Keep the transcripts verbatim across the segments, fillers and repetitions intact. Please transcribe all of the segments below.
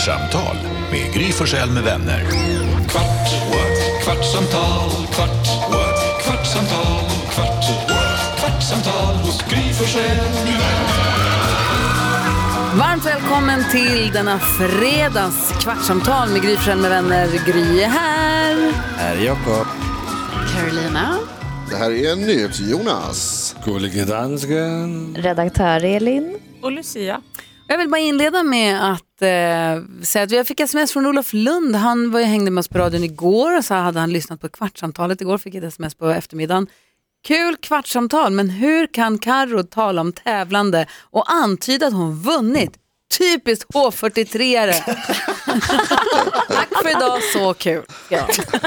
Kvartsamtal med Gry Forssell med vänner. Kvart, what? Kvartsamtal, kvart, what? Kvartsamtal, kvart, what? Kvartsamtal hos Gry Forssell med vänner. Varmt välkommen till denna fredags kvartsamtal med Gry Forssell med vänner. Gry är här. Här är Jakob. Carolina. Det här är NyhetsJonas. Gullige dansken. Redaktör Elin. Och Lucia. Jag vill bara inleda med att eh, säga att vi fick sms från Olof Lund. Han var ju hängde med oss på radion igår och så hade han lyssnat på kvartsamtalet igår. Fick ett sms på eftermiddagen. Kul kvartsamtal, men hur kan Karo tala om tävlande och antyda att hon vunnit? Typiskt H fyrtiotre-are. Tack för idag, så kul. Ja.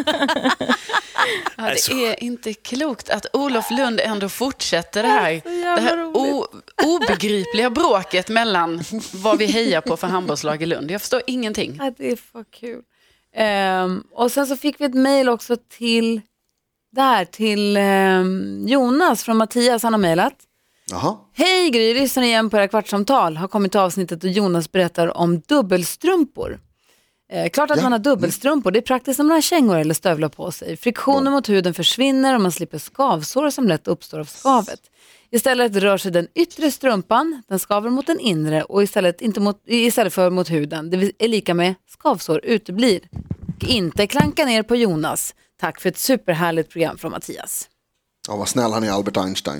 Ja, det är inte klokt att Olof Lund ändå fortsätter det här, det här o, obegripliga bråket mellan vad vi hejar på för handbollslag i Lund. Jag förstår ingenting. Ja, det är för kul. Um, och sen så fick vi ett mejl också till där till um, Jonas från Mattias. Han har mejlat. Jaha. Hej Gry, lyssnar igen på era kvartsamtal. Har kommit till avsnittet och Jonas berättar om dubbelstrumpor. Eh, klart att ja. man har dubbelstrumpor. Det är praktiskt när man har kängor eller stövlar på sig. Friktionen mot huden försvinner och man slipper skavsår som lätt uppstår av skavet. Istället rör sig den yttre strumpan, den skaver mot den inre och istället, inte mot, istället för mot huden. Det är lika med skavsår uteblir. Inte klanka ner på Jonas. Tack för ett superhärligt program från Mattias. Ja, vad snäll han är, Albert Einstein.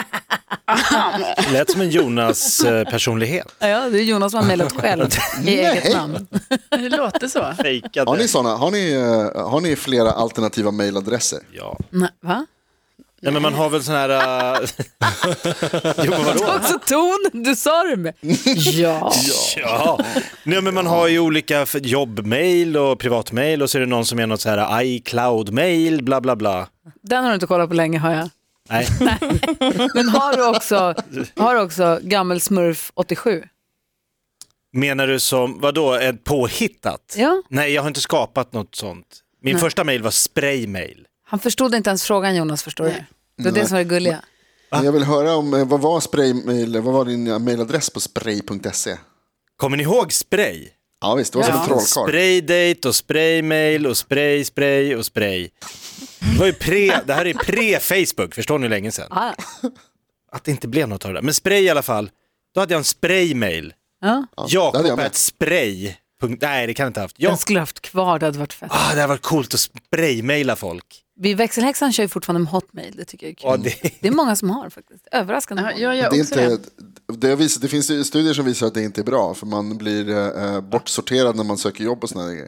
Lät som en Jonas eh, personlighet. Ja, det är Jonas som har mejlat själv i eget namn. Det låter så. Fejkade. Har ni såna? Har ni, uh, har ni flera alternativa mejladresser? Ja. Nej, va? Nej, men man har väl sån här... Uh... jo, men vadå? Också ton, du sa det med. Ja. Ja. Nej, men man har ju olika jobbmail och privatmail och så är det någon som är något så här iCloud-mail, bla bla bla. Den har du inte kollat på länge, hör jag. Nej. Men har du också, har du också gammel smurf åttiosju? Menar du som, vadå, ett påhittat? Ja. Nej, jag har inte skapat något sånt. Min Nej. första mail var spraymail. Han förstod inte ens frågan, Jonas, förstår du? Det är det som är gulliga. Men jag vill höra om, eh, vad var spraymail, vad var din mejladress på spray punkt se? Kommer ni ihåg spray? Ja visst, det var Ja. som en trollkarl. Spraydate och spraymail och spray, spray och spray. Det, var ju pre, det här är pre-Facebook, förstår ni hur länge sedan? Ah, Att det inte blev något av det. Men spray i alla fall, då hade jag en spraymail. ja. Ja, det hade jag Jakob med. ett spray. Punkt, nej, det kan jag inte haft. Den Jag, skulle haft kvar, det hade varit fett. ah, det hade varit coolt att spraymaila folk. Vi växelhäxan kör ju fortfarande med hotmail, det tycker jag är kul. Ja, det... Det är många som har faktiskt, överraskande Ja, många. jag gör Det, är också inte, det. det, visar, det finns ju studier som visar att det inte är bra, för man blir eh, bortsorterad när man söker jobb och såna här grejer.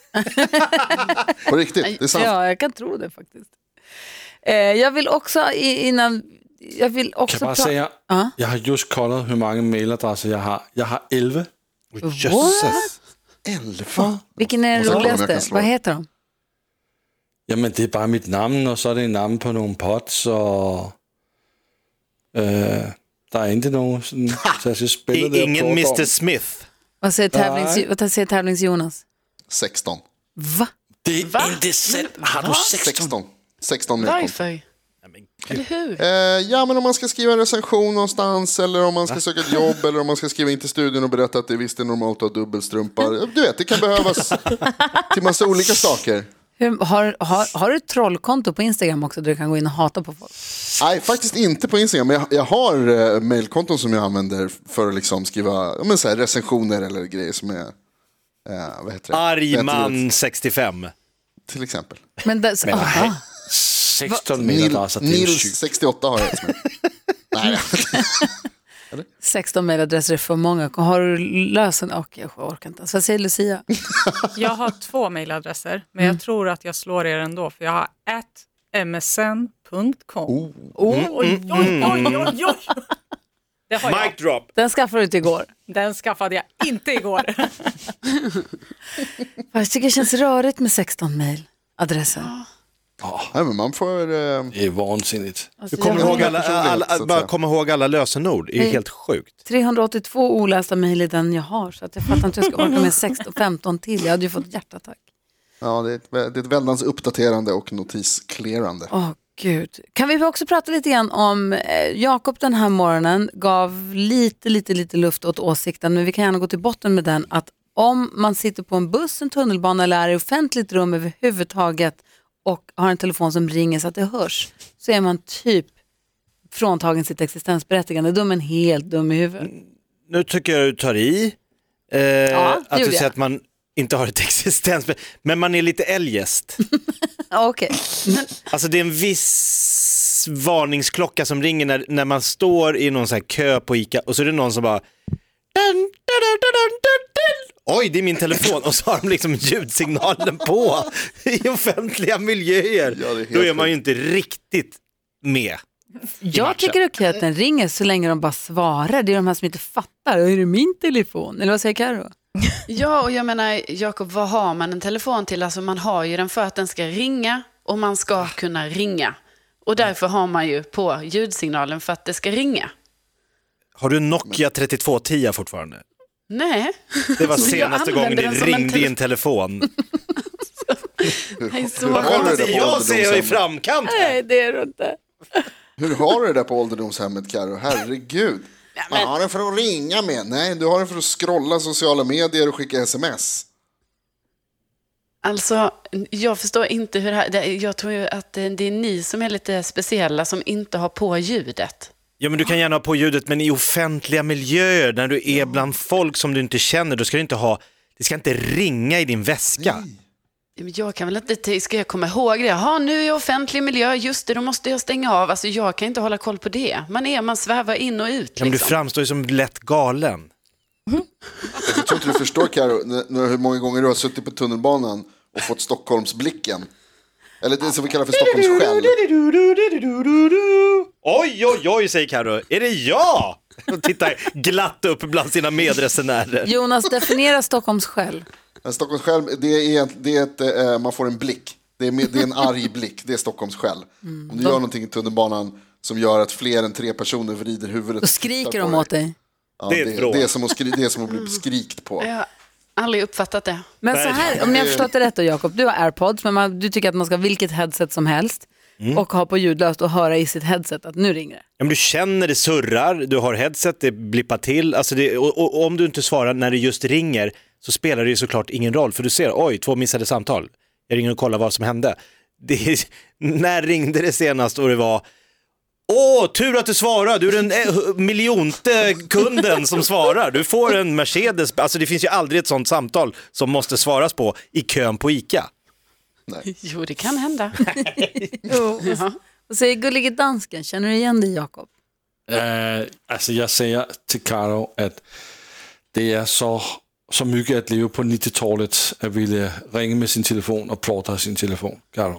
På riktigt, det är sant. Ja, jag kan tro det faktiskt. Eh, jag vill också i- innan... Jag vill också Kan jag bara pra- säga, Ja. jag har just kollat hur många mailadresser jag har. Jag har elva. Oh, jösses. Elva? Vilken är Måste den kolla om jag kan roligaste? slå. Vad heter de? Ja, men det är bara mitt namn och så är det namn på någon pods och äh, det är inte någon sådan särskilt spelare. I, ingen mister Smith. Vad säger, tävlings, Nej. vad säger tävlings-Jonas? sexton. Va? Det är Va? inte sant. Har du sexton? sexton. sexton mejlkonton. Varför? Eller hur? Eh, ja, men om man ska skriva en recension någonstans, eller om man ska söka ett jobb, eller om man ska skriva in till studion och berätta att det visst är normalt att ha dubbelstrumpar. Du vet, det kan behövas till massa olika saker. Hur, har, har, har du ett trollkonto på Instagram också där du kan gå in och hata på folk? Nej, faktiskt inte på Instagram, men jag, jag har eh, mailkonton som jag använder för att liksom skriva ja, men så här, recensioner eller grejer som är, eh, vad heter det? Argman sextiofem. Till exempel. Men det, så, aha. sexton Nil, mailadresser, det är ju Nils sjukt. sextioåtta har jag ett som är. Nej, sexton mejladresser är för många. Har du lösen? Okej, jag orkar inte. Så vad säger Lucia? Jag har två mejladresser, men jag tror att jag slår er ändå, för jag har at m s n punkt com. Oh. Oj, oj, oj, oj, oj, oj. Det har jag. Mic drop. Den skaffade du inte igår. Den skaffade jag inte igår. Jag tycker det känns rörigt med sexton mejladresser. nej, men man får... Eh, Det är vansinnigt. Alltså, Du kommer jag har ihåg alla, personlighet, alla, så att bara säga. komma ihåg alla lösenord. Det är ju Nej. helt sjukt. trehundraåttiotvå olästa mejl i den jag har. Så att jag fattar inte hur jag ska orka med sexton, femton till. Jag hade ju fått hjärtattack. ja, det är ett, det är ett väldans uppdaterande och notisklerande. Åh gud. Kan vi också prata lite grann om eh, Jakob den här morgonen gav lite, lite, lite luft åt åsikten, men vi kan gärna gå till botten med den, att om man sitter på en buss, en tunnelbana eller är i offentligt rum överhuvudtaget och har en telefon som ringer så att det hörs, så är man typ fråntagen sitt existensberättigande. Då är man helt dum i huvudet. Nu tycker jag du tar i. Eh, Ja, det att du gjorde säger jag. att man inte har ett existensberättigande. Men man är lite eljest. Ja, okej. Alltså det är en viss varningsklocka som ringer när, när man står i någon sån här kö på ICA och så är det någon som bara dun, dun, dun, dun, dun, dun. Oj, det är min telefon och så har de liksom ljudsignalen på i offentliga miljöer. Ja, det är helt Då är man ju sjukt. inte riktigt med. Jag tycker det är okej att den ringer så länge de bara svarar. Det är de här som inte fattar. Är det min telefon? Eller vad säger Karo? Ja, och jag menar, Jakob, vad har man en telefon till? Alltså man har ju den för att den ska ringa och man ska kunna ringa. Och därför har man ju på ljudsignalen för att det ska ringa. Har du Nokia trettiotvå tio fortfarande? Nej. Det var Jag senaste gången använder det den som en ringde i tele- en telefon. Nej, så Hur har du det Det på jag ser i ålderdomshemmet? framkant. Nej, det är det inte. Hur har du det där på ålderdomshemmet, Karo? Herregud. Man har den för att ringa med. Nej, du har den för att scrolla sociala medier och skicka sms. Alltså, jag förstår inte hur det här... det- Jag tror ju att det det är ni som är lite speciella som inte har på ljudet. Ja, men du kan gärna ha på ljudet, men i offentliga miljöer när du är bland folk som du inte känner, då ska du inte ha, det ska inte ringa i din väska. Men jag kan väl inte... Ska jag komma ihåg det? Ja, nu är jag offentlig miljö. Just det, då måste jag stänga av. Alltså, jag kan inte hålla koll på det. Man är, man svävar in och ut. Ja, men du Liksom. framstår ju som lätt galen. Jag tror inte du förstår, Karo, n- n- hur många gånger du har suttit på tunnelbanan och fått Stockholmsblicken. Eller det som vi kallar för Stockholms skäll. Oj, oj, oj, säger Karo. Är det jag? Och tittar glatt upp bland sina medresenärer. Jonas, definiera Stockholms skäll. En Stockholms skäll, det är, det är ett, eh, man får en blick. Det är, med, det är en arg blick, det är Stockholms skäll. Mm. Om du gör någonting i tunnelbanan som gör att fler än tre personer vrider huvudet. Då skriker tittar de på åt dig. Ja, Det är det, ett det, bråk. är som att skri, det är som att bli skrikt på. Jag har aldrig uppfattat det. Men så här, om ni har förstått det rätt då, Jakob, du har AirPods, men man, du tycker att man ska ha vilket headset som helst och ha på ljudlöst och höra i sitt headset att nu ringer det. Ja, men du känner det surrar, du har headset, det blippar till. Alltså det, och, och, och om du inte svarar när det just ringer så spelar det ju såklart ingen roll. För du ser, oj, två missade samtal. Jag ringer och kollar vad som hände. Det är, när ringde det senast och det var åh, tur att du svarar, du är den eh, miljonte kunden som svarar. Du får en Mercedes, alltså det finns ju aldrig ett sånt samtal som måste svaras på i kön på ICA. Jo, det kan hända. Jo, Ja. och säger gullige dansken, känner du igen dig, Jakob? Uh, alltså jag säger till Karo att det är så, så mycket att leva på nittiotalet att vilja ringa med sin telefon och plåta sin telefon. Karo.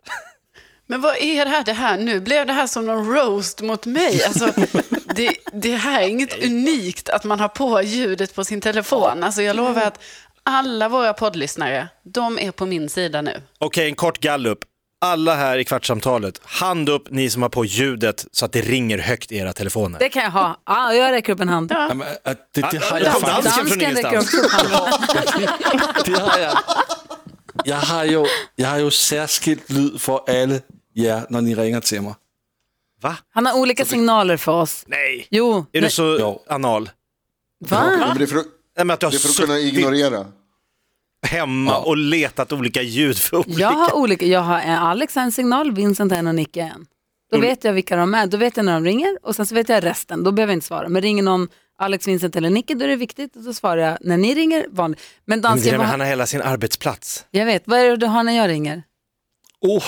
Men vad är det här? Det här? Nu blev det här som någon roast mot mig. Alltså, det, det här är inget unikt att man har på ljudet på sin telefon. Alltså, jag lovar att alla våra poddlyssnare, de är på min sida nu. Okej, en kort gallup. Alla här i Kvartsamtalet, hand upp ni som har på ljudet så att det ringer högt i era telefoner. Det kan jag ha. Ja, jag räcker upp en hand. Ja, men, att det, det har Ah, jag kom faktiskt. dansken från Dansken räcker ingenstans. också upp handen. Det har jag. Jag har ju, jag har ju särskilt lyd för alla er när ni ringer till mig. Va? Han har olika signaler för oss. Nej. Jo. Är du nej. så Jo. anal? Va? Men det är för, att- Nej, men att du har det är för att kunna suttit ignorera. hemma Ja. och letat olika ljud för olika. Jag har olika. Jag har en Alex en signal, Vincent en och Nicke en. Då vet jag vilka de är. Då vet jag när de ringer och sen så vet jag resten. Då behöver jag inte svara. Men ringer någon Alex, Vincent eller Nicke, då är det viktigt. Och så svarar jag när ni ringer vanligt. Men Men det dansken, där med, vad, han har hela sin arbetsplats. jag vet. Vad är det du har när jag ringer? Oh,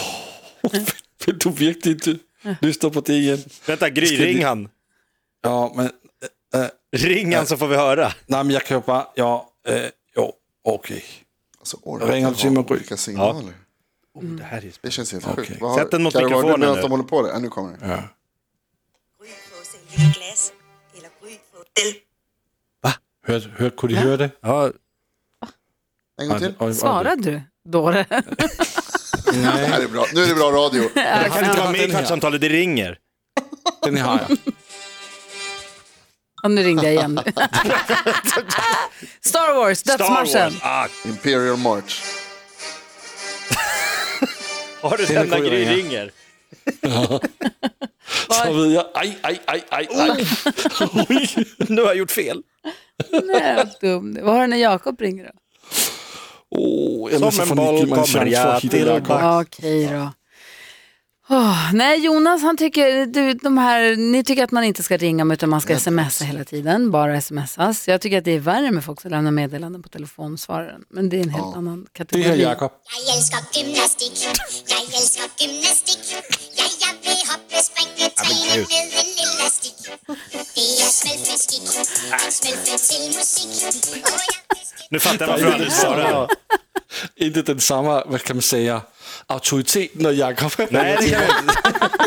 vill du verkligen inte lyssna på det igen? Vänta, Gry, Ska vi- ring han. Ja, men, äh, Ring han så får vi höra. nej, men jag kan ju bara, ja, äh, jo, okej. Alltså, Ringer orkar till mig, ha Gry. olika signaler. Oh, det här är Det känns helt Okej. sjukt. Vad har- Sätt den mot Karo, vad har du mikrofonen med nu. att de håller på det? Ja, nu kommer det. Ja. Gry få sig en lille glas, eller Gry få til. Hør, hør, kunne de høre det? Ja, En gång till. Og- og- Svarade du? Dåre. Det här är bra. Nu är det bra radio. jag kan inte vara med i den här. Kvartsamtalet, det ringer. Den har jag. Och nu ringde jag igen. Star Wars, Star dödsmarschen. Wars. Ah, Imperial March. har du Den den när går ju Gry ringa. ringer? Så ved jeg, ej, ej, ej, ej, ej. Nu har jag gjort fel. Nej, vad dum. Vad har du när Jakob ringer då? Åh, oh, Som en boll kommer jag till Ja, okej då. Oh, nej, Jonas han tycker du, de här, ni tycker att man inte ska ringa utan man ska smsa hela tiden, bara smsas. Jag tycker att det är värre med folk som lämnar meddelanden på telefonsvararen, men det är en helt ja. annan kategori. Det är Jakob. Jag älskar gymnastik, jag älskar gymnastik. Jag, jag vill hoppa, springa, träna med en lilla stick. Det är smällfläskigt, smällfläsk till musik. Nu fattar jag varför du aldrig svarar. Inte den samma, vad kan man säga, auktoritet när Jakob. Nej, det kan jag inte.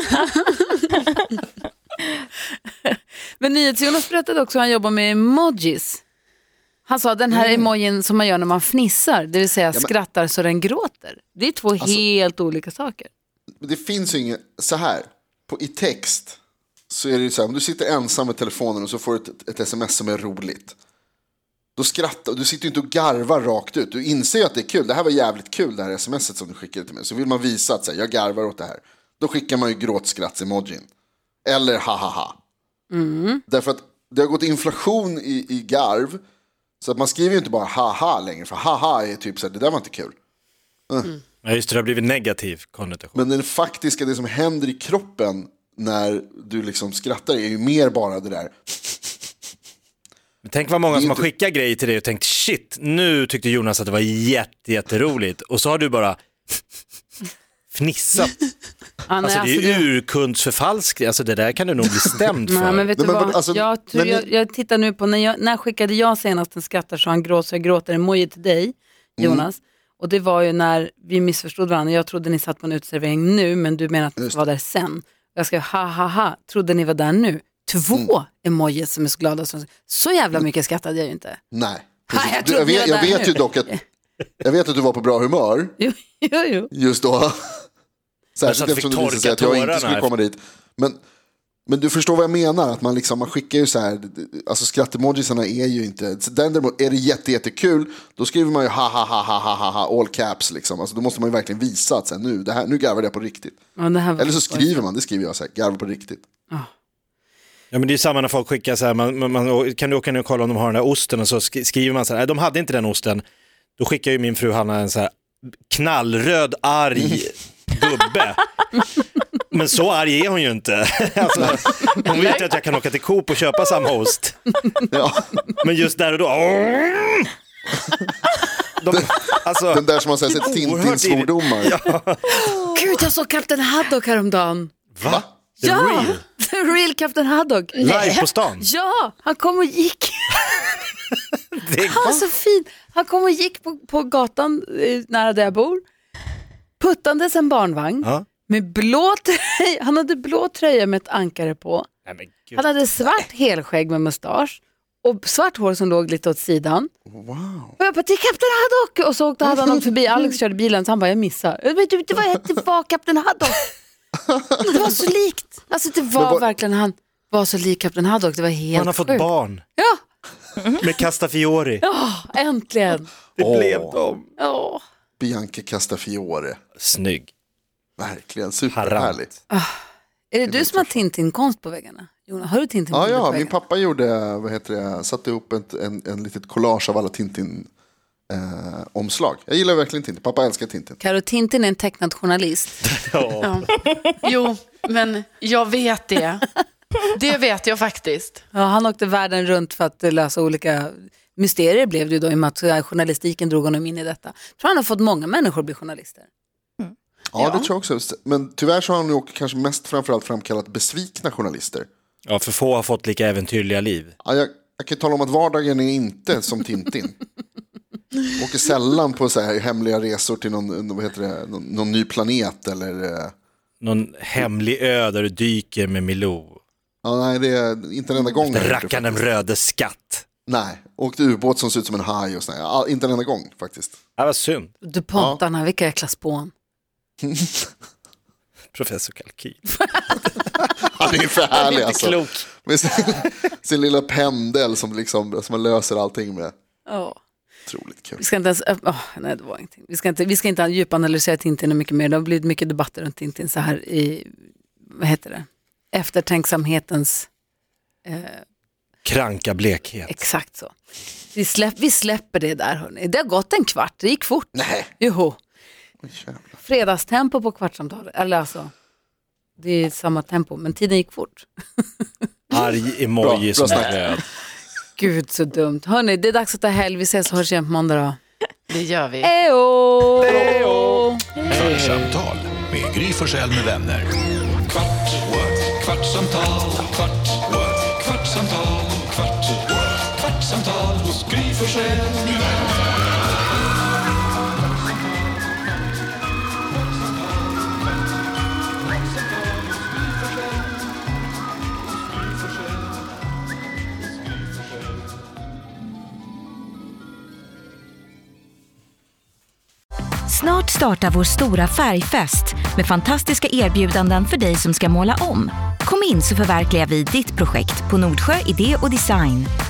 Men NyhetsJonas berättade också att han jobbar med emojis. Han sa den här mm. emojin som man gör när man fnissar, det vill säga ja, men... skrattar så den gråter. Det är två alltså, helt olika saker. Det finns ju inget, så här, på, i text så är det så här, om du sitter ensam med telefonen och så får du ett, ett sms som är roligt. Då skrattar, du sitter ju inte och garvar rakt ut. Du inser att det är kul. Det här var jävligt kul, det här smset som du skickade till mig. Så vill man visa att så här, jag garvar åt det här. Då skickar man ju gråtskratts-emojin. Eller ha-ha-ha. Mm. Därför att det har gått inflation i, i garv. Så att man skriver ju inte bara ha-ha längre. För ha-ha är typ så här, det där var inte kul. Mm. Mm. Ja, just det, det har blivit negativ konnotation. Men den faktiska, det som händer i kroppen när du liksom skrattar är ju mer bara det där... Men tänk vad många som har skickat grejer till dig och tänkt shit, nu tyckte Jonas att det var jätte, jätteroligt. Och så har du bara fnissat. Ah, nej, alltså det är ju alltså, urkundsförfalsk. Alltså det där kan du nog bli stämd för. Nej, men vet du men, vad? Alltså, jag, tror, ni... jag, jag tittar nu på, när jag, när skickade jag senast en skrattar så han gråter, så jag gråter emoji till dig, Jonas. Mm. Och det var ju när vi missförstod varandra. Jag trodde ni satt på en utservering nu, men du menar att ni var där sen. Jag skrev ha ha ha, trodde ni var där nu. Två mm. emojis som är så glada. Så jävla mycket skrattade jag ju inte. Nej. Ha, jag, du, jag vet, jag vet ju dock att jag vet att du var på bra humör. Jo, jo, jo. Just då. Särskilt eftersom du visade sig att jag inte skulle komma dit. Men, men du förstår vad jag menar. Att man, liksom, man skickar ju så här. Alltså skrattemojisarna är ju inte. Den däremot är det jätte, jättekul. Då skriver man ju ha ha ha ha ha ha all caps liksom. Alltså, då måste man ju verkligen visa att så här, nu, det här, nu garvar jag på riktigt. Ja, det här eller så skriver man, det skriver jag så här, garvar på riktigt. Oh. Ja, men det är samma när folk skickar så här, man, man, kan du åka ner och kolla om de har den där osten, och så skriver man så här, nej, de hade inte den osten. Då skickar ju min fru Hanna en så här knallröd, arg gubbe. Men så arg är hon ju inte. Alltså, hon vet att jag kan åka till Coop och köpa samma ost. Ja. Men just där och då... De, alltså, den där som har sett Tintins svordomar. Ja. Gud, jag såg Kapten Haddock häromdagen. Va? The ja, real? The real Kapten Haddock. Live på stan? Ja, han kom och gick. Han var så fin. Han kom och gick på, på gatan eh, nära där jag bor. Puttandes en barnvagn. Ja. Med blå tröja. Han hade blå tröja med ett ankare på. Nej, han hade svart helskägg med mustasch. Och svart hår som låg lite åt sidan. Wow. Och jag bara, det är Kapten Haddock. Och så åkte hade han åkt förbi. Alex körde bilen, så han bara, jag missar. Det var, det var Kapten Haddock. Det var så likt. Alltså det var bara... verkligen, han var så lik Kapten Haddock. Det var helt Han har sjukt. fått barn. Ja. Med Castafiore. Ja, äntligen. Det oh. blev dem. Oh. Bianca Castafiore. Snygg. Verkligen, superhärligt. Ah. Är det, det du som har Tintin-konst på väggarna? Jonas, har du Tintin ja, ja, min pappa gjorde, vad heter det, satte ihop ett, en, en litet collage av alla Tintin eh, omslag. Jag gillar verkligen Tintin, pappa älskar Tintin. Karo, Tintin är en tecknad journalist. Ja. Jo, men jag vet det. Det vet jag faktiskt. Ja, han åkte världen runt för att lösa olika mysterier, blev det ju då, i och med att journalistiken drog honom in i detta. Jag tror han har fått många människor att bli journalister. Mm. Ja, ja, det tror jag också. Men tyvärr så har han ju kanske mest framförallt framkallat besvikna journalister. Ja, för få har fått lika äventyrliga liv. Ja, jag, jag kan tala om att vardagen är inte som Tintin. Åker sällan på så här hemliga resor till någon, vad heter det, någon, någon ny planet eller... Någon hemlig ö där du dyker med Milou. Ja, nej, det är inte en enda gång. Rackan en röde skatt. Nej, åkte ubåt som ser ut som en haj och sådär. Ja, inte en enda gång faktiskt. Det var synd. Du pontarna, ja. Vilka jäkla spån. Professor Kalkyl. Han är ju för härlig alltså. Klok. Med sin, sin lilla pendel som, liksom, som man löser allting med. Oh. Otroligt kul. Vi ska inte ens, oh, nej, det var ingenting. Vi ska inte, vi ska inte djupanalysera Tintin mycket mer. Det har blivit mycket debatter runt Tintin så här i, vad heter det? Eftertänksamhetens eh, kranka blekhet. Exakt så. Vi, släpp, vi släpper det där, hörni. Det har gått en kvart, det gick fort. Nej. Joho. Fredagstempo på kvartsamtalet. Eller alltså, det är samma tempo, men tiden gick fort. Arg emoji som är. Gud, så dumt. Hörni, det är dags att ta helg. Vi ses och hörs igen på måndag då. Det gör vi. Ejo! Ejo! Kvartsamtal med Gry Forssell med vänner. Kvart, what? Kvartsamtal, kvart, what? Kvartsamtal, kvart, what? Kvartsamtal hos Gry Forssell med vänner. Snart startar vår stora färgfest med fantastiska erbjudanden för dig som ska måla om. Kom in så förverkligar vi ditt projekt på Nordsjö Idé och Design.